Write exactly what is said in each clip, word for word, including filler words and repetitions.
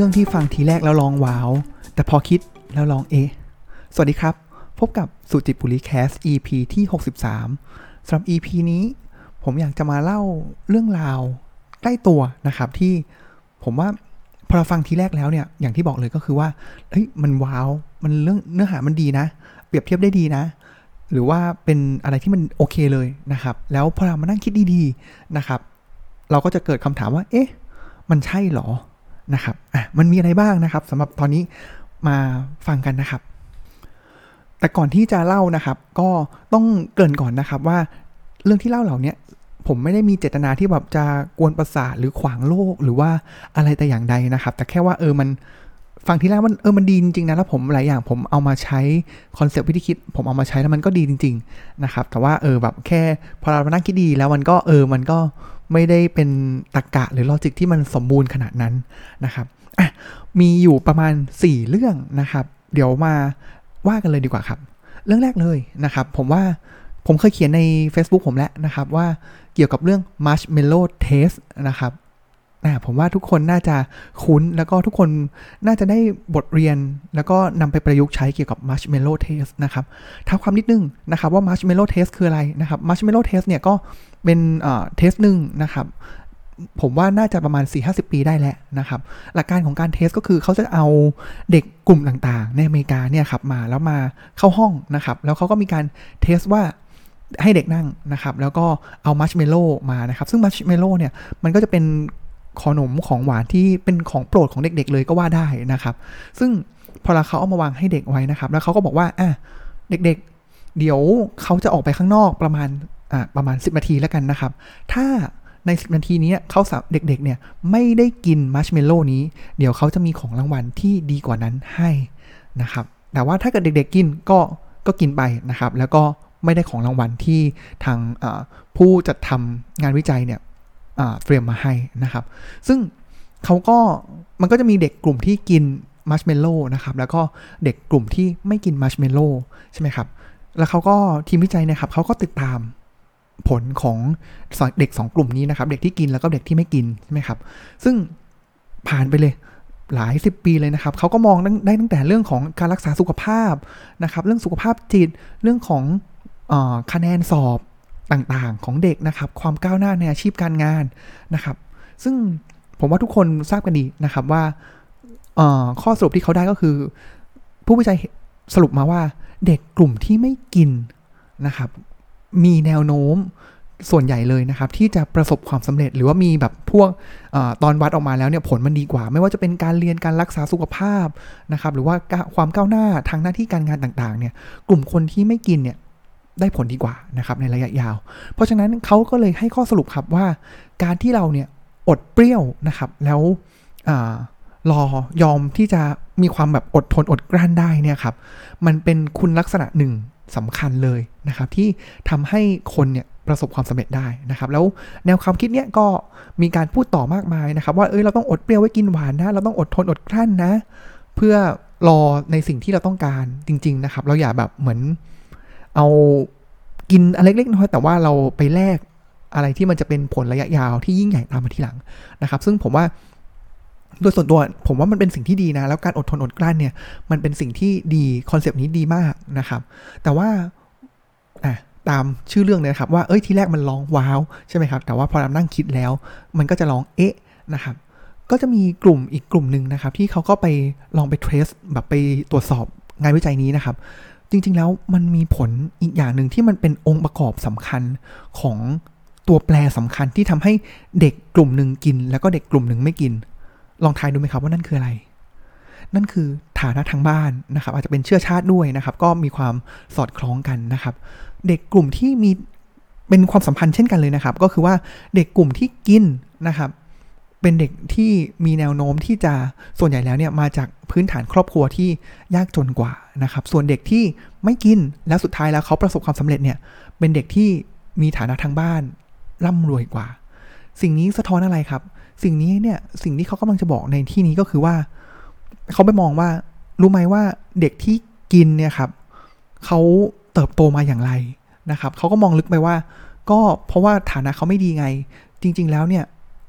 รื่องที่ฟังทีแรกแล้วร้องว้าวแต่พอคิดแล้วร้องเอ๊ะสวัสดีครับพบกับสุจิตปุริแคส อี พี ที่หกสิบสามสำหรับ อี พี นี้ผมอยากจะมาเล่าเรื่องราวใกล้ตัวนะครับที่ผมว่าพอเราฟังทีแรกแล้วเนี่ยอย่างที่บอกเลยก็คือว่าเฮ้ยมันว้าวมันเรื่องเนื้อหามันดีนะเปรียบเทียบได้ดีนะหรือว่าเป็นอะไรที่มันโอเคเลยนะครับแล้วพอเรามานั่งคิดดีๆนะครับเราก็จะเกิดคำถามว่าเอ๊ะมันใช่หรอนะครับอ่ะมันมีอะไรบ้างนะครับสำหรับตอนนี้มาฟังกันนะครับแต่ก่อนที่จะเล่านะครับก็ต้องเกริ่นก่อนนะครับว่าเรื่องที่เล่าเหล่านี้ผมไม่ได้มีเจตนาที่แบบจะกวนประสาทหรือขวางโลกหรือว่าอะไรแต่อย่างใดนะครับแต่แค่ว่าเออมันฟังทีแรกมันเออมันดีจริงๆนะแล้วผมหลายอย่างผมเอามาใช้คอนเซปต์วิธีคิดผมเอามาใช้แล้วมันก็ดีจริงๆนะครับแต่ว่าเออแบบแค่พอเรามานั่งคิดดีแล้วมันก็เออมันก็ไม่ได้เป็นตรรกะหรือลอจิกที่มันสมบูรณ์ขนาดนั้นนะครับอ่ะมีอยู่ประมาณสี่เรื่องนะครับเดี๋ยวมาว่ากันเลยดีกว่าครับเรื่องแรกเลยนะครับผมว่าผมเคยเขียนใน Facebook ผมแล้วนะครับว่าเกี่ยวกับเรื่อง Marshmallow Test นะครับนะผมว่าทุกคนน่าจะคุ้นแล้วก็ทุกคนน่าจะได้บทเรียนแล้วก็นำไปประยุกต์ใช้เกี่ยวกับ Marshmallow Test นะครับท้าความนิดนึงนะครับว่า Marshmallow Test คืออะไรนะครับ Marshmallow Test เนี่ยก็เป็นเอ่อเทสหนึ่งนะครับผมว่าน่าจะประมาณ สี่ถึงห้าสิบ ปีได้แล้วนะครับหลักการของการเทสก็คือเขาจะเอาเด็กกลุ่มต่างๆในอเมริกาเนี่ยครับมาแล้วมาเข้าห้องนะครับแล้วเขาก็มีการเทสว่าให้เด็กนั่งนะครับแล้วก็เอามัชเมลโล่มานะครับซึ่งมัชเมลโล่เนี่ยมันก็จะเป็นขนมของหวานที่เป็นของโปรดของเด็กๆเลยก็ว่าได้นะครับซึ่งพอเราเขาเอามาวางให้เด็กไว้นะครับแล้วเขาก็บอกว่าอ่ะเด็กๆเดี๋ยวเขาจะออกไปข้างนอกประมาณอ่ะประมาณสิบนาทีแล้วกันนะครับถ้าในสิบนาทีนี้เขาเด็กๆเนี่ยไม่ได้กินมัชเมลโล่นี้เดี๋ยวเขาจะมีของรางวัลที่ดีกว่านั้นให้นะครับแต่ว่าถ้าเกิดเด็กๆกินก็ก็กินไปนะครับแล้วก็ไม่ได้ของรางวัลที่ทางผู้จัดทำงานวิจัยเนี่ยเตรียมมาให้นะครับซึ่งเขาก็มันก็จะมีเด็กกลุ่มที่กินมัชเมลโล่นะครับแล้วก็เด็กกลุ่มที่ไม่กินมัชเมลโล่ใช่ไหมครับแล้วเขาก็ทีมวิจัยนะครับเขาก็ติดตามผลของเด็กสองกลุ่มนี้นะครับเด็กที่กินแล้วก็เด็กที่ไม่กินใช่ไหมครับซึ่งผ่านไปเลยหลายสิบปีเลยนะครับเขาก็มองได้ตั้งแต่เรื่องของการรักษาสุขภาพนะครับเรื่องสุขภาพจิตเรื่องของคะแนนสอบต่างๆของเด็กนะครับความก้าวหน้าในอาชีพการงานนะครับซึ่งผมว่าทุกคนทราบกันดีนะครับว่าข้อสรุปที่เขาได้ก็คือผู้วิจัยสรุปมาว่าเด็กกลุ่มที่ไม่กินนะครับมีแนวโน้มส่วนใหญ่เลยนะครับที่จะประสบความสำเร็จหรือว่ามีแบบพวกอตอนวัดออกมาแล้วเนี่ยผลมันดีกว่าไม่ว่าจะเป็นการเรียนการรักษาสุขภาพนะครับหรือว่าความก้าวหน้าทางหน้าที่การงานต่างๆเนี่ยกลุ่มคนที่ไม่กินเนี่ยได้ผลดีกว่านะครับในระยะยาวเพราะฉะนั้นเขาก็เลยให้ข้อสรุปครับว่าการที่เราเนี่ยอดเปรี้ยวนะครับแล้วรอยอมที่จะมีความแบบอดทนอดกลั้นได้เนี่ยครับมันเป็นคุณลักษณะหนึ่งสำคัญเลยนะครับที่ทำให้คนเนี่ยประสบความสำเร็จได้นะครับแล้วแนวความคิดเนี้ยก็มีการพูดต่อมากมายนะครับว่าเอ้ยเราต้องอดเปรี้ยวไว้กินหวานนะเราต้องอดทนอดกลั้นนะเพื่อรอในสิ่งที่เราต้องการจริงๆนะครับเราอย่าแบบเหมือนเอากินอะไรเล็กๆน้อยแต่ว่าเราไปแลกอะไรที่มันจะเป็นผลระยะยาวที่ยิ่งใหญ่ตามมาทีหลังนะครับซึ่งผมว่าโดยส่วนตัวผมว่ามันเป็นสิ่งที่ดีนะแล้วการอดทนอดกลั้นเนี่ยมันเป็นสิ่งที่ดีคอนเซปต์นี้ดีมากนะครับแต่ว่าอ่ะตามชื่อเรื่องเลยครับว่าเอ้ยทีแรกมันร้องว้าวใช่ไหมครับแต่ว่าพอเรานั่งคิดแล้วมันก็จะร้องเอ๊ะนะครับก็จะมีกลุ่มอีกกลุ่มนึงนะครับที่เขาก็ไปลองไปเทรสแบบไปตรวจสอบงานวิจัยนี้นะครับจริงๆแล้วมันมีผลอีกอย่างหนึ่งที่มันเป็นองค์ประกอบสำคัญของตัวแปรสำคัญที่ทำให้เด็กกลุ่มหนึ่งกินแล้วก็เด็กกลุ่มหนึ่งไม่กินลองทายดูไหมครับว่านั่นคืออะไรนั่นคือฐานะทางบ้านนะครับอาจจะเป็นเชื้อชาติด้วยนะครับก็มีความสอดคล้องกันนะครับเด็กกลุ่มที่มีเป็นความสัมพันธ์เช่นกันเลยนะครับก็คือว่าเด็กกลุ่มที่กินนะครับเป็นเด็กที่มีแนวโน้มที่จะส่วนใหญ่แล้วเนี่ยมาจากพื้นฐานครอบครัวที่ยากจนกว่านะครับส่วนเด็กที่ไม่กินแล้วสุดท้ายแล้วเขาประสบความสำเร็จเนี่ยเป็นเด็กที่มีฐานะทางบ้านร่ำรวยกว่าสิ่งนี้สะท้อนอะไรครับสิ่งนี้เนี่ยสิ่งที่เขากำลังจะบอกในที่นี้ก็คือว่าเขาไปมองว่ารู้ไหมว่าเด็กที่กินเนี่ยครับเขาเติบโตมาอย่างไรนะครับเขาก็มองลึกไปว่าก็เพราะว่าฐานะเขาไม่ดีไงจริงๆแล้วเนี่ย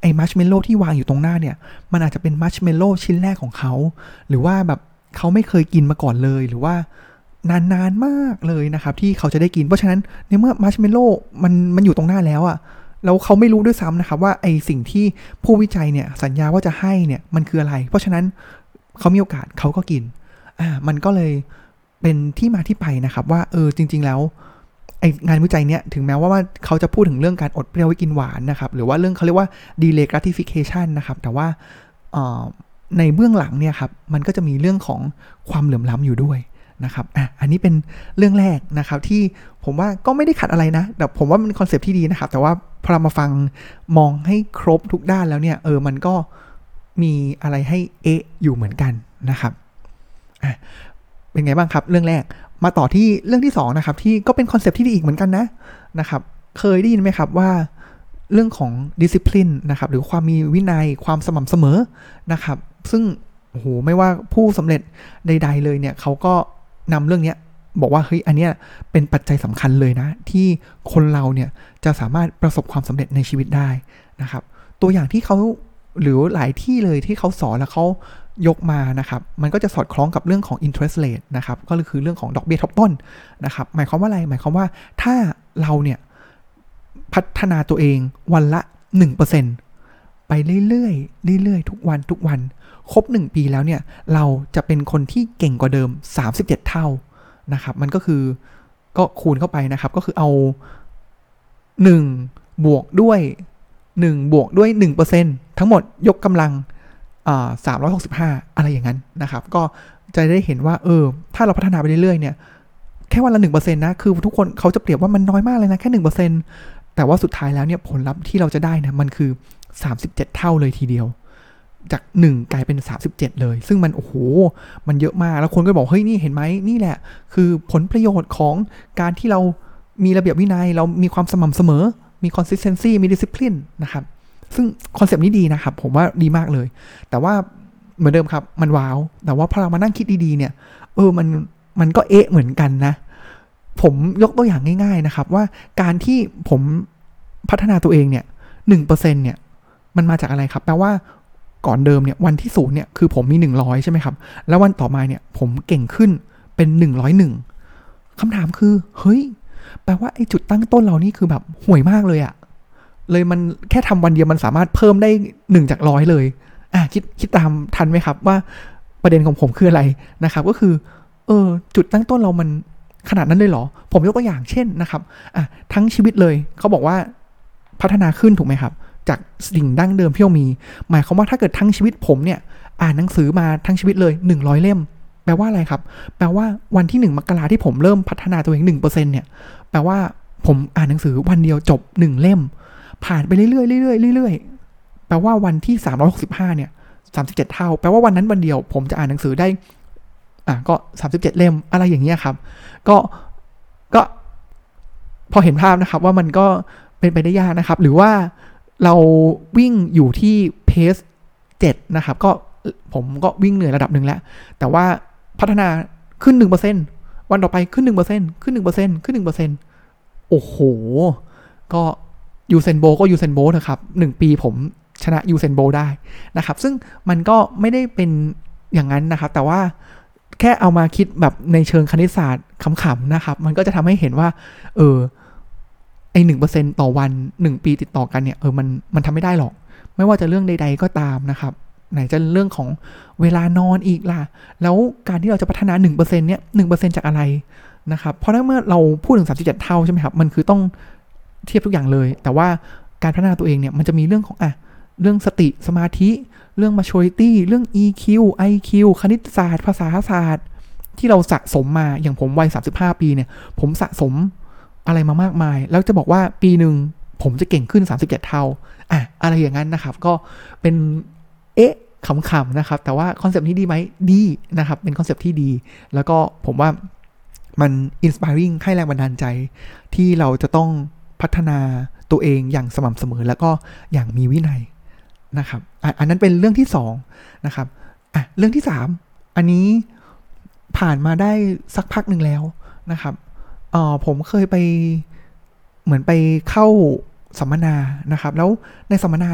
ไอ้มัชเมลโล่ที่วางอยู่ตรงหน้าเนี่ยมันอาจจะเป็นมัชเมลโล่ชิ้นแรกของเขาหรือว่าแบบเขาไม่เคยกินมาก่อนเลยหรือว่านานๆมากเลยนะครับที่เขาจะได้กินเพราะฉะนั้นในเมื่อมัชเมลโล่มันมันอยู่ตรงหน้าแล้วอ่ะแล้วเขาไม่รู้ด้วยซ้ำนะครับว่าไอ้สิ่งที่ผู้วิจัยเนี่ยสัญญาว่าจะให้เนี่ยมันคืออะไรเพราะฉะนั้นเขามีโอกาสเขาก็กินอ่ามันก็เลยเป็นที่มาที่ไปนะครับว่าเออจริงๆแล้วไองานวิจัยเนี้ยถึงแม้ว่าว่าเขาจะพูดถึงเรื่องการอดเปรี้ยวไว้กินหวานนะครับหรือว่าเรื่องเขาเรียกว่า delay gratification นะครับแต่ว่าในเบื้องหลังเนี่ยครับมันก็จะมีเรื่องของความเหลื่อมล้ำอยู่ด้วยนะครับอ่ะอันนี้เป็นเรื่องแรกนะครับที่ผมว่าก็ไม่ได้ขัดอะไรนะแต่ผมว่ามันคอนเซปต์ที่ดีนะครับแต่ว่าพอเรามาฟังมองให้ครบทุกด้านแล้วเนี่ยเออมันก็มีอะไรให้เอะอยู่เหมือนกันนะครับอ่ะเป็นไงบ้างครับเรื่องแรกมาต่อที่เรื่องที่สองนะครับที่ก็เป็นคอนเซปต์ที่ดีอีกเหมือนกันนะนะครับเคยได้ยินไหมครับว่าเรื่องของ discipline นะครับหรือความมีวินัยความสม่ำเสมอนะครับซึ่งโอ้โหไม่ว่าผู้สำเร็จใดๆเลยเนี่ยเขาก็นำเรื่องนี้บอกว่าเฮ้ยอันเนี้ยเป็นปัจจัยสำคัญเลยนะที่คนเราเนี่ยจะสามารถประสบความสำเร็จในชีวิตได้นะครับตัวอย่างที่เขาหรือหลายที่เลยที่เขาสอนแล้วเขายกมานะครับมันก็จะสอดคล้องกับเรื่องของ interest rate นะครับก็คือเรื่องของดอกเบี้ยทบต้นนะครับหมายความว่าอะไรหมายความว่าถ้าเราเนี่ยพัฒนาตัวเองวันละ หนึ่งเปอร์เซ็นต์ ไปเรื่อยๆเรื่อยๆทุกวันทุกวันครบหนึ่งปีแล้วเนี่ยเราจะเป็นคนที่เก่งกว่าเดิมสามสิบเจ็ดเท่านะครับมันก็คือก็คูณเข้าไปนะครับก็คือเอาหนึ่งบวกด้วยหนึ่งบวกด้วย หนึ่งเปอร์เซ็นต์ ทั้งหมดยกกำลังอ่าสามร้อยหกสิบห้าอะไรอย่างนั้นนะครับก็จะได้เห็นว่าเออถ้าเราพัฒนาไปเรื่อยๆเนี่ยแค่วันละ หนึ่งเปอร์เซ็นต์ นะคือทุกคนเขาจะเปรียบว่ามันน้อยมากเลยนะแค่ หนึ่งเปอร์เซ็นต์ แต่ว่าสุดท้ายแล้วเนี่ยผลลัพธ์ที่เราจะได้นะมันคือสามสิบเจ็ดเท่าเลยทีเดียวจากหนึ่งกลายเป็นสามสิบเจ็ดเลยซึ่งมันโอ้โหมันเยอะมากแล้วคนก็บอกเฮ้ยนี่เห็นไหมนี่แหละคือผลประโยชน์ของการที่เรามีระเบียบวินัยเรามีความสม่ำเสมอมี consistency มี discipline นะครับซึ่งคอนเซปต์นี้ดีนะครับผมว่าดีมากเลยแต่ว่าเหมือนเดิมครับมันว้าวแต่ว่าพอเรามานั่งคิดดีๆเนี่ยเออมันมันก็เอ๊ะเหมือนกันนะผมยกตัวอย่างง่ายๆนะครับว่าการที่ผมพัฒนาตัวเองเนี่ย หนึ่งเปอร์เซ็นต์ เนี่ยมันมาจากอะไรครับแปลว่าก่อนเดิมเนี่ยวันที่ศูนย์เนี่ยคือผมมีหนึ่งร้อยใช่ไหมครับแล้ววันต่อมาเนี่ยผมเก่งขึ้นเป็นหนึ่งร้อยเอ็ดคำถามคือเฮ้ยแปลว่าไอ้จุดตั้งต้นเรานี่คือแบบห่วยมากเลยอะเลยมันแค่ทำวันเดียวมันสามารถเพิ่มได้หนึ่งจากร้อยเลยอ่ะคิดคิดตามทันไหมครับว่าประเด็นของผมคืออะไรนะครับก็คือเออจุดตั้งต้นเรามันขนาดนั้นเลยเหรอผมยกตัวอย่างเช่นนะครับอ่ะทั้งชีวิตเลยเขาบอกว่าพัฒนาขึ้นถูกไหมครับจากสิ่งดั้งเดิมที่เรามีหมายความว่าถ้าเกิดทั้งชีวิตผมเนี่ยอ่านหนังสือมาทั้งชีวิตเลยหนึ่งร้อยเล่มแปลว่าอะไรครับแปลว่าวันที่หนึ่งมกราที่ผมเริ่มพัฒนาตัวเอง หนึ่งเปอร์เซ็นต์ เนี่ยแปลว่าผมอ่านหนังสือวันเดียวจบหนึ่งเล่มผ่านไปเรื่อยๆเรื่อยๆเรื่อยๆแปลว่าวันที่สามร้อยหกสิบห้าเนี่ยสามสิบเจ็ดเท่าแปลว่าวันนั้นวันเดียวผมจะอ่านหนังสือได้อ่ะก็สามสิบเจ็ดเล่มอะไรอย่างเงี้ยครับก็ก็พอเห็นภาพนะครับว่ามันก็เป็นไปได้ยากนะครับหรือว่าเราวิ่งอยู่ที่เพสเจ็ดนะครับก็ผมก็วิ่งเหนื่อยระดับหนึ่งแล้วแต่ว่าพัฒนาขึ้น หนึ่งเปอร์เซ็นต์ วันต่อไปขึ้น หนึ่งเปอร์เซ็นต์ ขึ้น หนึ่งเปอร์เซ็นต์ ขึ้น หนึ่งเปอร์เซ็นต์ โอ้โหก็ยูเซนโบก็ยูเซนโบนะครับหนึ่งปีผมชนะยูเซนโบได้นะครับซึ่งมันก็ไม่ได้เป็นอย่างนั้นนะครับแต่ว่าแค่เอามาคิดแบบในเชิงคณิตศาสตร์ขำๆนะครับมันก็จะทำให้เห็นว่าเออไอหนึ่งเปอร์เซ็นต์ต่อวันหนึ่งปีติดต่อกันเนี่ยเออมันมันทำไม่ได้หรอกไม่ว่าจะเรื่องใดๆก็ตามนะครับไหนจะเรื่องของเวลานอนอีกล่ะแล้วการที่เราจะพัฒนา หนึ่งเปอร์เซ็นต์ เนี่ย หนึ่งเปอร์เซ็นต์ จากอะไรนะครับเพราะเมื่อเราพูดถึงสามสิบเจ็ดเท่าใช่ไหมครับมันคือต้องเทียบทุกอย่างเลยแต่ว่าการพัฒนาตัวเองเนี่ยมันจะมีเรื่องของอ่ะเรื่องสติสมาธิเรื่อง maturity เรื่อง อี คิว ไอ คิว คณิตศาสตร์ภาษาศาสตร์ที่เราสะสมมาอย่างผมวัยสามสิบห้าปีเนี่ยผมสะสมอะไรมามากมายแล้วจะบอกว่าปีหนึ่งผมจะเก่งขึ้นสามสิบเจ็ดเท่าอ่ะอะไรอย่างนั้นนะครับก็เป็นเอ๊ะขำๆนะครับแต่ว่าคอนเซปต์นี้ดีไหมดีนะครับเป็นคอนเซปต์ที่ดีแล้วก็ผมว่ามัน inspiring ให้แรงบันดาลใจที่เราจะต้องพัฒนาตัวเองอย่างสม่ำเสมอแล้วก็อย่างมีวินัยนะครับ อ, อันนั้นเป็นเรื่องที่สองนะครับอ่ะเรื่องที่สามอันนี้ผ่านมาได้สักพักหนึ่งแล้วนะครับเอ่อผมเคยไปเหมือนไปเข้าสัมมนานะครับแล้วในสัมมนาเนี้ย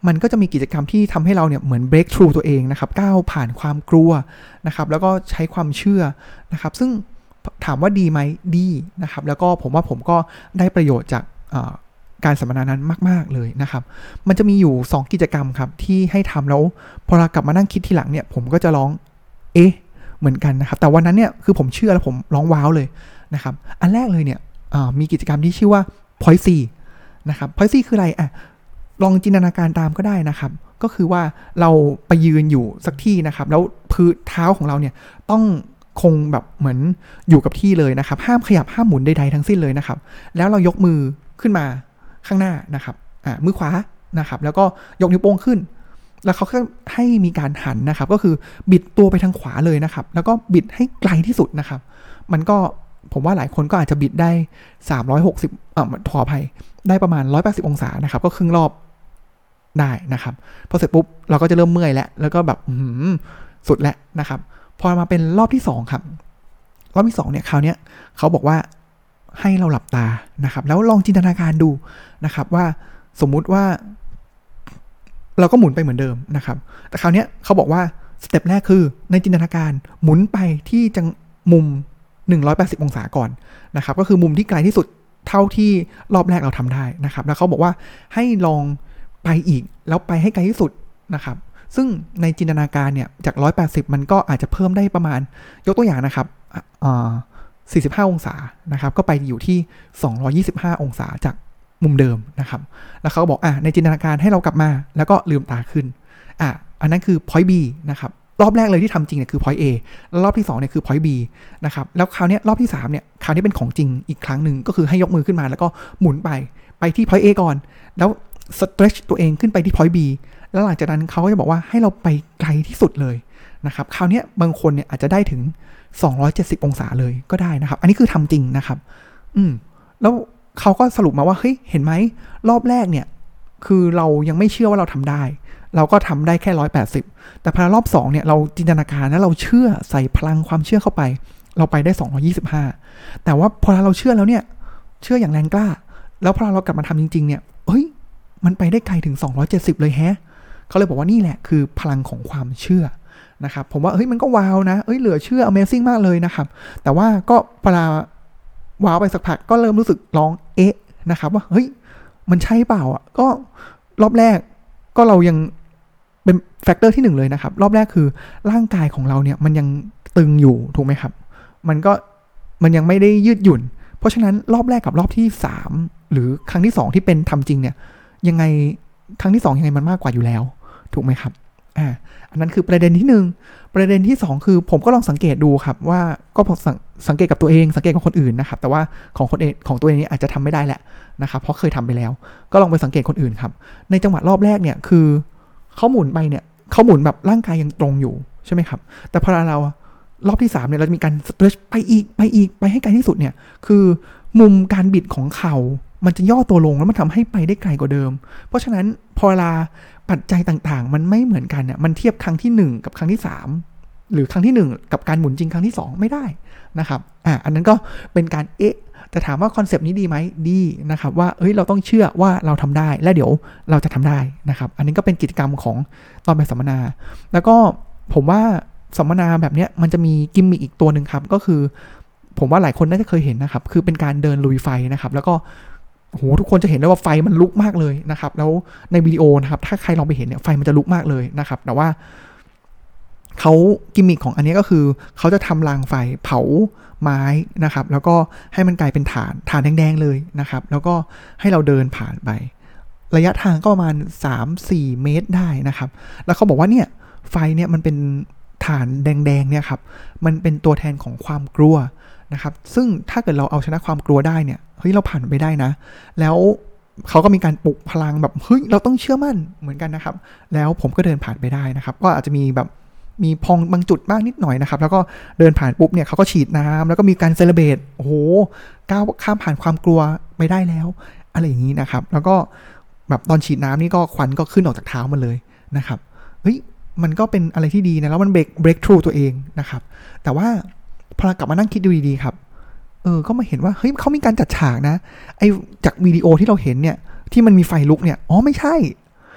มันก็จะมีกิจกรรมที่ทำให้เราเนี่ยเหมือน break through ตัวเองนะครับก้าวผ่านความกลัวนะครับแล้วก็ใช้ความเชื่อนะครับซึ่งถามว่าดีไหมดีนะครับแล้วก็ผมว่าผมก็ได้ประโยชน์จากการสัมมนานั้นมากๆเลยนะครับมันจะมีอยู่สองกิจกรรมครับที่ให้ทำแล้วพอเรากลับมานั่งคิดทีหลังเนี่ยผมก็จะร้องเอ๊ะเหมือนกันนะครับแต่วันนั้นเนี่ยคือผมเชื่อแล้วผมร้องว้าวเลยนะครับอันแรกเลยเนี่ยมีกิจกรรมที่ชื่อว่า point C นะครับ point C คืออะไรอ่ะลองจินตนาการตามก็ได้นะครับก็คือว่าเราไปยืนอยู่สักที่นะครับแล้วพื้นเท้าของเราเนี่ยต้องคงแบบเหมือนอยู่กับที่เลยนะครับห้ามขยับห้ามหมุนใดๆทั้งสิ้นเลยนะครับแล้วเรายกมือขึ้นมาข้างหน้านะครับอ่ามือขวานะครับแล้วก็ยกนิ้วโป้งขึ้นแล้วเขาให้มีการหันนะครับก็คือบิดตัวไปทางขวาเลยนะครับแล้วก็บิดให้ไกลที่สุดนะครับมันก็ผมว่าหลายคนก็อาจจะบิดได้สามร้อยหกสิบเอ่อขออภัยได้ประมาณหนึ่งร้อยแปดสิบองศานะครับก็ครึ่งรอบได้นะครับพอเสร็จปุ๊บเราก็จะเริ่มเมื่อยแล้วแล้วก็แบบสุดแล้วนะครับพอมาเป็นรอบที่สองครับรอบที่สองเนี่ยคราวนี้เขาบอกว่าให้เราหลับตานะครับแล้วลองจินตนาการดูนะครับว่าสมมุติว่าเราก็หมุนไปเหมือนเดิมนะครับแต่คราวนี้เขาบอกว่าสเต็ปแรกคือในจินตนาการหมุนไปที่จังมุมหนึ่งร้อยแปดสิบองศาก่อนนะครับก็คือมุมที่ไกลที่สุดเท่าที่รอบแรกเราทำได้นะครับแล้วเขาบอกว่าให้ลองไปอีกแล้วไปให้ไกลที่สุดนะครับซึ่งในจินตนาการเนี่ยจากหนึ่งร้อยแปดสิบมันก็อาจจะเพิ่มได้ประมาณยกตัวอย่างนะครับอ่าสี่สิบห้าองศานะครับก็ไปอยู่ที่สองร้อยยี่สิบห้าองศาจากมุมเดิมนะครับแล้วเขาบอกอ่ะในจินตนาการให้เรากลับมาแล้วก็ลืมตาขึ้นอ่ะอันนั้นคือ point B นะครับรอบแรกเลยที่ทำจริงเนี่ยคือ point A แล้วรอบที่สองเนี่ยคือ point B นะครับแล้วคราวนี้รอบที่สามเนี่ยคราวนี้เป็นของจริงอีกครั้งหนึ่งก็คือให้ยกมือขึ้นมาแล้วก็หมุนไปไปที่ point A ก่อนแล้ว stretch ตัวเองขึ้นไปที่ point B แล้วหลังจากนั้นเขาก็จะบอกว่าให้เราไปไกลที่สุดเลยนะครับคราวนี้บางคนเนี่ยอาจจะได้ถึงสองร้อยเจ็ดสิบองศาเลยก็ได้นะครับอันนี้คือทำจริงนะครับอืมแล้วเขาก็สรุปมาว่าเฮ้ยเห็นไหมรอบแรกเนี่ยคือเรายังไม่เชื่อว่าเราทำได้เราก็ทำได้แค่หนึ่งร้อยแปดสิบแต่พอรอบสองเนี่ยเราจินตนาการแล้วเราเชื่อใส่พลังความเชื่อเข้าไปเราไปได้สองร้อยยี่สิบห้าแต่ว่าพอเราเชื่อแล้วเนี่ยเชื่ออย่างแรงกล้าแล้วพอเรากลับมาทำจริงๆเนี่ยเฮ้ยมันไปได้ไกลถึงสองร้อยเจ็ดสิบเลยแฮะเขาเลยบอกว่านี่แหละคือพลังของความเชื่อนะครับผมว่าเฮ้ยมันก็ว้าวนะเอ้ยเหลือเชื่อ Amazing มากเลยนะครับแต่ว่าก็พอว้าวไปสักพักก็เริ่มรู้สึกร้องเอ๊ะนะครับว่าเฮ้ยมันใช่เปล่าอ่ะก็รอบแรกก็เรายังเป็นแฟกเตอร์ที่หนึ่งเลยนะครับรอบแรกคือร่างกายของเราเนี่ยมันยังตึงอยู่ถูกไหมครับมันก็มันยังไม่ได้ยืดหยุ่นเพราะฉะนั้นรอบแรกกับรอบที่สามหรือครั้งที่สองที่เป็นทำจริงเนี่ยยังไงครั้งที่สองยังไงมันมากกว่าอยู่แล้วถูกไหมครับอ่าอันนั้นคือประเด็นที่หนึ่งประเด็นที่สองคือผมก็ลองสังเกตดูครับว่าก็สังสังเกตกับตัวเองสังเกตกับคนอื่นนะครับแต่ว่าของคนเองของตัวเองนี้อาจจะทำไม่ได้แหละนะครับเพราะเคยทำไปแล้วก็ลองไปสังเกตคนอื่นครับในจังหวะรอบแรกเนี่ยคือเขาหมุนไปเนี่ยเขาหมุนแบบร่างกายยังตรงอยู่ใช่ไหมครับแต่พอเรารอบที่สามเนี่ยเราจะมีการสเตรชไปอีกไปอีกไปให้ไกลที่สุดเนี่ยคือมุมการบิดของเข่ามันจะย่อตัวลงแล้วมันทำให้ไปได้ไกลกว่าเดิมเพราะฉะนั้นพอเวลาปัจจัยต่างๆมันไม่เหมือนกันเนี่ยมันเทียบครั้งที่หนึ่งกับครั้งที่สามหรือครั้งที่หนึ่งกับการหมุนจริงครั้งที่สองไม่ได้นะครับอ่ะอันนั้นก็เป็นการเอ๊ะแต่ถามว่าคอนเซปต์นี้ดีไหมดีนะครับว่าเอ้ยเราต้องเชื่อว่าเราทำได้และเดี๋ยวเราจะทำได้นะครับอันนี้ก็เป็นกิจกรรมของตอนไปสัมมนาแล้วก็ผมว่าสัมมนาแบบนี้มันจะมีกิมมิคอีกตัวหนึ่งครับก็คือผมว่าหลายคนน่าจะเคยเห็นนะครับคือเป็นการเดินลุยไฟนะครับแล้วก็โหทุกคนจะเห็นได้ว่าไฟมันลุกมากเลยนะครับแล้วในวิดีโอนะครับถ้าใครลองไปเห็นเนี่ยไฟมันจะลุกมากเลยนะครับแต่ว่าเขากิมมิคของอันนี้ก็คือเขาจะทำรางไฟเผาไม้นะครับแล้วก็ให้มันกลายเป็นฐานฐานแดงๆเลยนะครับแล้วก็ให้เราเดินผ่านไประยะทางก็ประมาณ สามถึงสี่ เมตรได้นะครับแล้วเขาบอกว่าเนี่ยไฟเนี่ยมันเป็นฐานแดงๆเนี่ยครับมันเป็นตัวแทนของความกลัวนะครับซึ่งถ้าเกิดเราเอาชนะความกลัวได้เนี่ยเฮ้ยเราผ่านไปได้นะแล้วเขาก็มีการปลุกพลังแบบเฮ้ยเราต้องเชื่อมั่นเหมือนกันนะครับแล้วผมก็เดินผ่านไปได้นะครับก็อาจจะมีแบบมีพองบางจุดบ้างนิดหน่อยนะครับแล้วก็เดินผ่านปุ๊บเนี่ยเขาก็ฉีดน้ำแล้วก็มีการเซเลเบรตโอ้โหก้าวข้ามผ่านความกลัวไปได้แล้วอะไรอย่างนี้นะครับแล้วก็แบบตอนฉีดน้ำนี่ก็ควันก็ขึ้นออกจากเท้ามันเลยนะครับเฮ้ยมันก็เป็นอะไรที่ดีนะแล้วมันเบรกเบรกทรูตัวเองนะครับแต่ว่าพอกลับมานั่งคิดดูดีๆครับเออก็มาเห็นว่าเฮ้ยเขามีการจัดฉากนะไอ้จากวิดีโอที่เราเห็นเนี่ยที่มันมีไฟลุกเนี่ยอ๋อไม่ใช่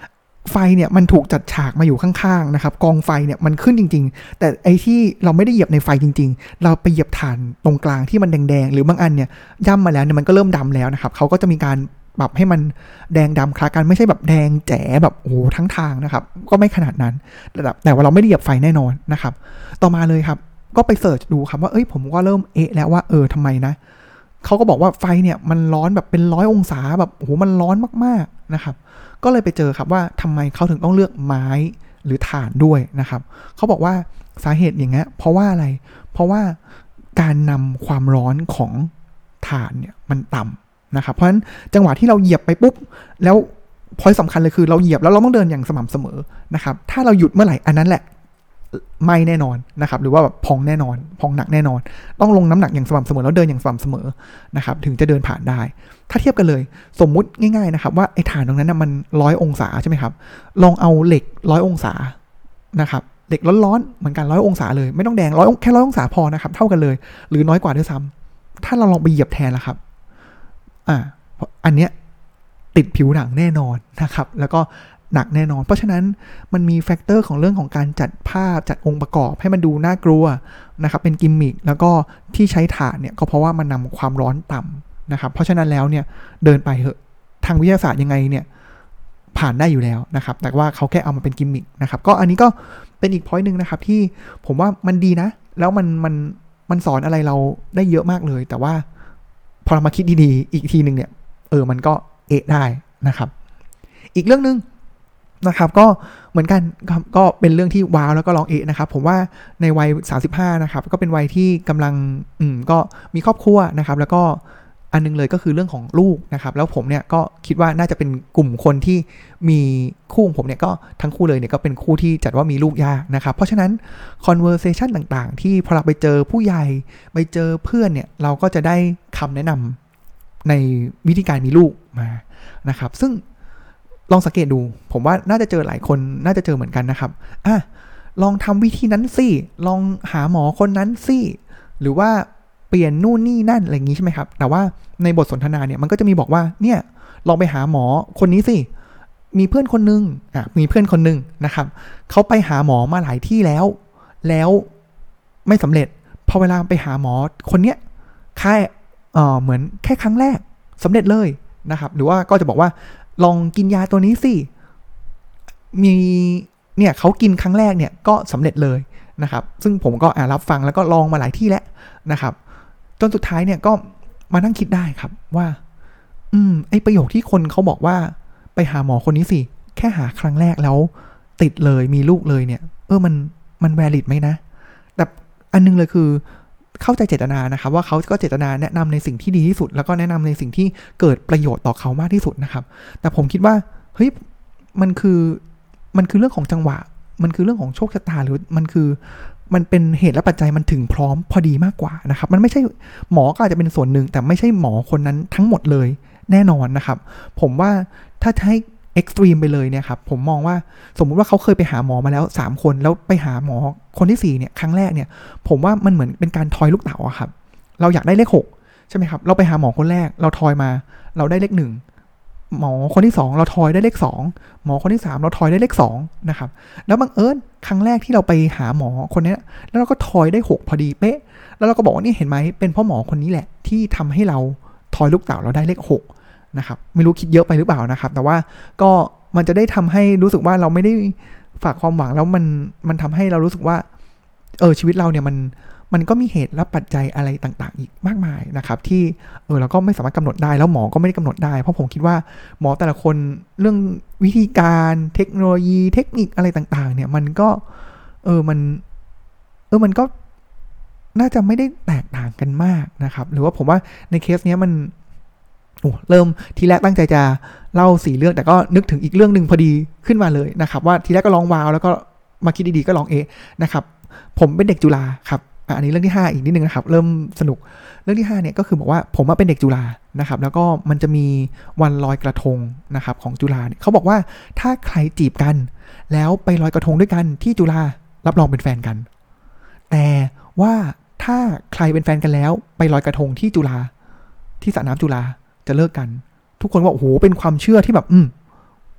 ไฟเนี่ยมันถูกจัดฉากมาอยู่ข้างๆนะครับกองไฟเนี่ยมันขึ้นจริงๆแต่ไอ้ที่เราไม่ได้เหยียบในไฟจริงๆเราไปเหยียบถ่านตรงกลางที่มันแดงๆหรือบางอันเนี่ยย่ำมาแล้วเนี่ยมันก็เริ่มดำแล้วนะครับเขาก็จะมีการปรับให้มันแดงดำคล้ากันไม่ใช่แบบแดงแจ๋แบบโอ้โหทั้งทางนะครับก็ไม่ขนาดนั้นแต่ว่าเราไม่ได้เหยียบไฟแน่นอนนะครับต่อมาเลยครับก็ไปเสิร์ชดูครับว่าเอ้ยผมก็เริ่มเอะแล้วว่าเออทำไมนะเขาก็บอกว่าไฟเนี่ยมันร้อนแบบเป็นร้อยองศาแบบโอ้โหมันร้อนมากๆนะครับก็เลยไปเจอครับว่าทำไมเขาถึงต้องเลือกไม้หรือถ่านด้วยนะครับเขาบอกว่าสาเหตุอย่างเงี้ยเพราะว่าอะไรเพราะว่าการนำความร้อนของถ่านเนี่ยมันต่ำนะครับเพราะฉะนั้นจังหวะที่เราเหยียบไปปุ๊บแล้วพอยต์สำคัญเลยคือเราเหยียบแล้วเราต้องเดินอย่างสม่ำเสมอนะครับถ้าเราหยุดเมื่อไหร่อันนั้นแหละไม่แน่นอนนะครับหรือว่าแบบพองแน่นอนพองหนักแน่นอนต้องลงน้ำหนักอย่างสม่ำเสมอแล้วเดินอย่างสม่ำเสมอนะครับถึงจะเดินผ่านได้ถ้าเทียบกันเลยสมมุติง่ายๆนะครับว่าไอ้ฐานตรงนั้นนะมันร้อยองศาใช่ไหมครับลองเอาเหล็กร้อยองศานะครับเหล็กร้อนๆเหมือนกันร้อยองศาเลยไม่ต้องแดงร้อยแค่ร้อยองศาพอนะครับเท่ากันเลยหรือน้อยกว่าด้วยซ้ำถ้าเราลองไปเหยียบแทนล่ะครับอ่าอันเนี้ยติดผิวหนังแน่นอนนะครับแล้วก็หนักแน่นอนเพราะฉะนั้นมันมีแฟกเตอร์ของเรื่องของการจัดภาพจัดองค์ประกอบให้มันดูน่ากลัวนะครับเป็นกิมมิคแล้วก็ที่ใช้ถ่านเนี่ยก็เพราะว่ามันนำความร้อนต่ำนะครับเพราะฉะนั้นแล้วเนี่ยเดินไปเหอะทางวิทยาศาสตร์ยังไงเนี่ยผ่านได้อยู่แล้วนะครับแต่ว่าเขาแค่เอามาเป็นกิมมิคนะครับก็อันนี้ก็เป็นอีกพอยต์นึงนะครับที่ผมว่ามันดีนะแล้วมันมันมันสอนอะไรเราได้เยอะมากเลยแต่ว่าพอเรามาคิดดีๆอีกทีนึงเนี่ยเออมันก็เอะได้นะครับอีกเรื่องนึงนะครับก็เหมือนกันก็เป็นเรื่องที่ว้าวแล้วก็ลองเอะนะครับผมว่าในวัยสามสิบห้านะครับก็เป็นวัยที่กำลังอืมก็มีครอบครัวนะครับแล้วก็อันนึงเลยก็คือเรื่องของลูกนะครับแล้วผมเนี่ยก็คิดว่าน่าจะเป็นกลุ่มคนที่มีคู่ของผมเนี่ยก็ทั้งคู่เลยเนี่ยก็เป็นคู่ที่จัดว่ามีลูกยากนะครับเพราะฉะนั้น conversation ต่างๆที่พอเราไปเจอผู้ใหญ่ไปเจอเพื่อนเนี่ยเราก็จะได้คำแนะนำในวิธีการมีลูกมานะครับซึ่งลองสังเกตดูผมว่าน่าจะเจอหลายคนน่าจะเจอเหมือนกันนะครับอ่ะลองทำวิธีนั้นสิลองหาหมอคนนั้นสิหรือว่าเปลี่ยนนู่นนี่นั่นอะไรอย่างนี้ใช่ไหมครับแต่ว่าในบทสนทนาเนี่ยมันก็จะมีบอกว่าเนี่ยลองไปหาหมอคนนี้สิมีเพื่อนคนนึงอ่ะมีเพื่อนคนนึงนะครับเขาไปหาหมอมาหลายที่แล้วแล้วไม่สำเร็จพอเวลาไปหาหมอคนเนี้ยแค่เอ่อเหมือนแค่ครั้งแรกสำเร็จเลยนะครับหรือว่าก็จะบอกว่าลองกินยาตัวนี้สิมีเนี่ยเขากินครั้งแรกเนี่ยก็สำเร็จเลยนะครับซึ่งผมก็อ่ารับฟังแล้วก็ลองมาหลายที่แล้วนะครับจนสุดท้ายเนี่ยก็มานั่งคิดได้ครับว่าอืมไอประโยคที่คนเขาบอกว่าไปหาหมอคนนี้สิแค่หาครั้งแรกแล้วติดเลยมีลูกเลยเนี่ยเออมันมันแวลิดไหมนะแต่อันนึงเลยคือเข้าใจเจตนานะครับว่าเขาก็เจตนาแนะนำในสิ่งที่ดีที่สุดแล้วก็แนะนำในสิ่งที่เกิดประโยชน์ต่อเขามากที่สุดนะครับแต่ผมคิดว่าเฮ้ยมันคือมันคือเรื่องของจังหวะมันคือเรื่องของโชคชะตาหรือมันคือมันเป็นเหตุและปัจจัยมันถึงพร้อมพอดีมากกว่านะครับมันไม่ใช่หมอก็อาจจะเป็นส่วนหนึ่งแต่ไม่ใช่หมอคนนั้นทั้งหมดเลยแน่นอนนะครับผมว่าถ้าให้เอ็กซ์ตรีมไปเลยเนี่ยครับผมมองว่าสมมุติว่าเขาเคยไปหาหมอมาแล้วสามคนแล้วไปหาหมอคนที่สี่เนี่ยครั้งแรกเนี่ยผมว่ามันเหมือนเป็นการทอยลูกเต๋าอะครับเราอยากได้เลขหกใช่ไหมครับเราไปหาหมอคนแรกเราทอยมาเราได้เลขหนึ่งหมอคนที่สองเราทอยได้เลขสองหมอคนที่สามเราทอยได้เลขสองนะครับแล้วบังเอิญครั้งแรกที่เราไปหาหมอคนนี้แล้วเราก็ทอยได้หกพอดีเป๊ะแล้วเราก็บอกว่านี่เห็นไหมเป็นเพราะหมอคนนี้แหละที่ทำให้เราทอยลูกเต๋าเราได้เลขหกนะครับไม่รู้คิดเยอะไปหรือเปล่านะครับแต่ว่าก็มันจะได้ทำให้รู้สึกว่าเราไม่ได้ฝากความหวังแล้วมันมันทำให้เรารู้สึกว่าเออชีวิตเราเนี่ยมันมันก็มีเหตุและปัจจัยอะไรต่างๆอีกมากมายนะครับที่เออเราก็ไม่สามารถกำหนดได้แล้วหมอก็ไม่ได้กำหนดได้เพราะผมคิดว่าหมอแต่ละคนเรื่องวิธีการเทคโนโลยีเทคนิคอะไรต่างๆเนี่ยมันก็เออมันเออมันก็น่าจะไม่ได้แตกต่างกันมากนะครับหรือว่าผมว่าในเคสเนี้ยมันโอ้เริ่มทีแรกตั้งใจจะเล่าสี่เรื่องแต่ก็นึกถึงอีกเรื่องนึงพอดีขึ้นมาเลยนะครับว่าทีแรกก็ลองว้าวแล้วก็มาคิดดีๆก็ลองเอนะครับผมเป็นเด็กจุฬาครับอันนี้เรื่องที่ห้าอีกนิดนึงนะครับเริ่มสนุกเรื่องที่ห้าเนี่ยก็คือบอกว่าผมเป็นเด็กจุฬานะครับแล้วก็มันจะมีวันลอยกระทงนะครับของจุฬาเนี่ยเขาบอกว่าถ้าใครจีบกันแล้วไปลอยกระทงด้วยกันที่จุฬารับรองเป็นแฟนกันแต่ว่าถ้าใครเป็นแฟนกันแล้วไปลอยกระทงที่จุฬาที่สระน้ำจุฬาจะเลิกกันทุกคนว่าโอ้โหเป็นความเชื่อที่แบบอืม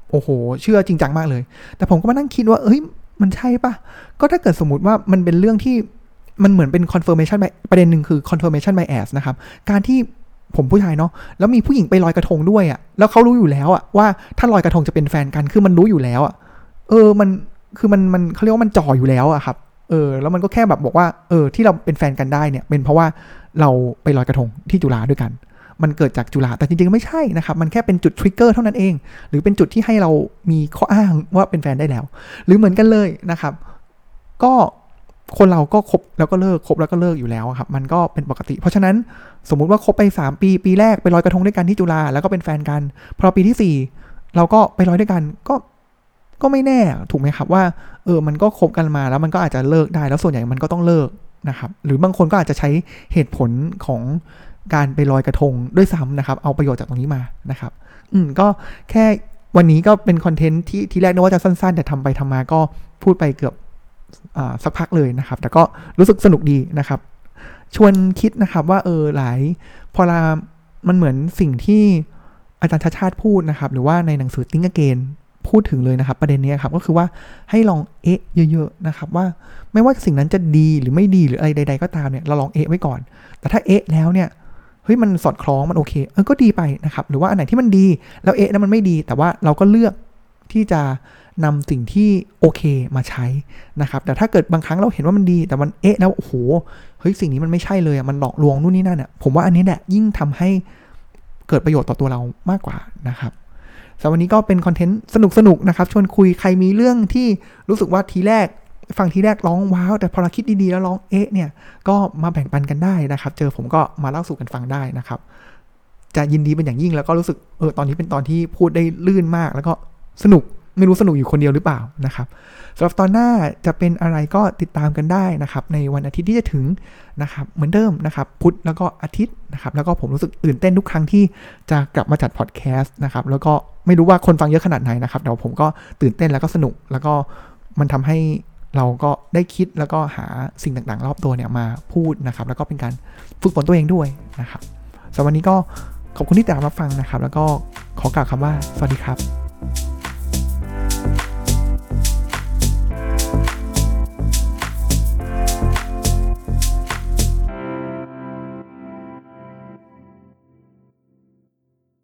โอ้โหเชื่อจริงจังมากเลยแต่ผมก็มานั่งคิดว่าเอ้ยมันใช่ปะก็ถ้าเกิดสมมติว่ามันเป็นเรื่องที่มันเหมือนเป็น confirmation bias ประเด็นหนึ่งคือ confirmation bias นะครับการที่ผมผู้ชายเนาะแล้วมีผู้หญิงไปลอยกระทงด้วยอ่ะแล้วเขารู้อยู่แล้วอ่ะว่าถ้าลอยกระทงจะเป็นแฟนกันคือมันรู้อยู่แล้วอ่ะเออมันคือมันมันเขาเรียกว่ามันจ่ออยู่แล้วอ่ะครับเออแล้วมันก็แค่แบบบอกว่าเออที่เราเป็นแฟนกันได้เนี่ยเป็นเพราะว่าเราไปลอยกระทงที่จุฬาด้วยกันมันเกิดจากจุฬาแต่จริงๆไม่ใช่นะครับมันแค่เป็นจุดทริกเกอร์เท่านั้นเองหรือเป็นจุดที่ให้เรามีข้ออ้างว่าเป็นแฟนได้แล้วหรือเหมือนกันเลยนะครับก็คนเราก็คบแล้วก็เลิกคบแล้วก็เลิกอยู่แล้วครับมันก็เป็นปกติเพราะฉะนั้นสมมุติว่าคบไปสามปีปีแรกไปลอยกระทงด้วยกันที่จุฬาแล้วก็เป็นแฟนกันพอปีที่สี่เราก็ไปลอยด้วยกันก็ก็ไม่แน่ถูกไหมครับว่าเออมันก็คบกันมาแล้วมันก็อาจจะเลิกได้แล้วส่วนใหญ่มันก็ต้องเลิกนะครับหรือบางคนก็อาจจะใช้เหตุผลของการไปลอยกระทงด้วยซ้ำนะครับเอาประโยชน์จากตรงนี้มานะครับอืมก็แค่วันนี้ก็เป็นคอนเทนต์ที่ที่แรกนึกว่าจะสั้นๆแต่ทำไปทำมาก็พูดไปเกือบสักพักเลยนะครับแต่ก็รู้สึกสนุกดีนะครับชวนคิดนะครับว่าเออหลายพอลามันเหมือนสิ่งที่อาจารย์ชาชาติพูดนะครับหรือว่าในหนังสือ Think Again พูดถึงเลยนะครับประเด็นนี้ครับก็คือว่าให้ลองเอ๊ะเยอะๆนะครับว่าไม่ว่าสิ่งนั้นจะดีหรือไม่ดีหรืออะไรใดๆก็ตามเนี่ยเราลองเอ๊ะไว้ก่อนแต่ถ้าเอ๊ะแล้วเนี่ยเฮ้ยมันสอดคล้องมันโอเคเออก็ดีไปนะครับหรือว่าอันไหนที่มันดีแล้วเอ๊ะแล้วมันไม่ดีแต่ว่าเราก็เลือกที่จะนำสิ่งที่โอเคมาใช้นะครับแต่ถ้าเกิดบางครั้งเราเห็นว่ามันดีแต่มันเอ๊ะแล้วโอ้โหเฮ้ยสิ่งนี้มันไม่ใช่เลยมันหลอกลวงนู่นนี่นั่นอ่ะผมว่าอันนี้แหละยิ่งทำให้เกิดประโยชน์ต่อตัวเรามากกว่านะครับสำหรับวันนี้ก็เป็นคอนเทนต์สนุกๆนะครับชวนคุยใครมีเรื่องที่รู้สึกว่าทีแรกฟังทีแรกร้องว้าวแต่พอเราคิดดีๆแล้วร้องเอ๊ะเนี่ยก็มาแบ่งปันกันได้นะครับเจอผมก็มาเล่าสู่กันฟังได้นะครับจะยินดีเป็นอย่างยิ่งแล้วก็รู้สึกเออตอนนี้เป็นตอนที่พูดได้ลื่นมากแล้วก็สนุกไม่รู้สนุกอยู่คนเดียวหรือเปล่านะครับสำหรับตอนหน้าจะเป็นอะไรก็ติดตามกันได้นะครับในวันอาทิตย์ที่จะถึงนะครับเหมือนเดิมนะครับพุธแล้วก็อาทิตย์นะครับแล้วก็ผมรู้สึกตื่นเต้นทุกครั้งที่จะกลับมาจัดพอดแคสต์นะครับแล้วก็ไม่รู้ว่าคนฟังเยอะขนาดไหนนะครับแต่ผมก็ตื่นเต้นแล้วก็สนุกแล้วก็มันทำให้เราก็ได้คิดแล้วก็หาสิ่งต่างๆรอบตัวเนี่ยมาพูดนะครับแล้วก็เป็นการฝึกฝนตัวเองด้วยนะครับสำหรับวันนี้ก็ขอบคุณที่ติดตามรับฟังนะครับแล้วก็ขอกล่าวคำว่าสวัสดีครับ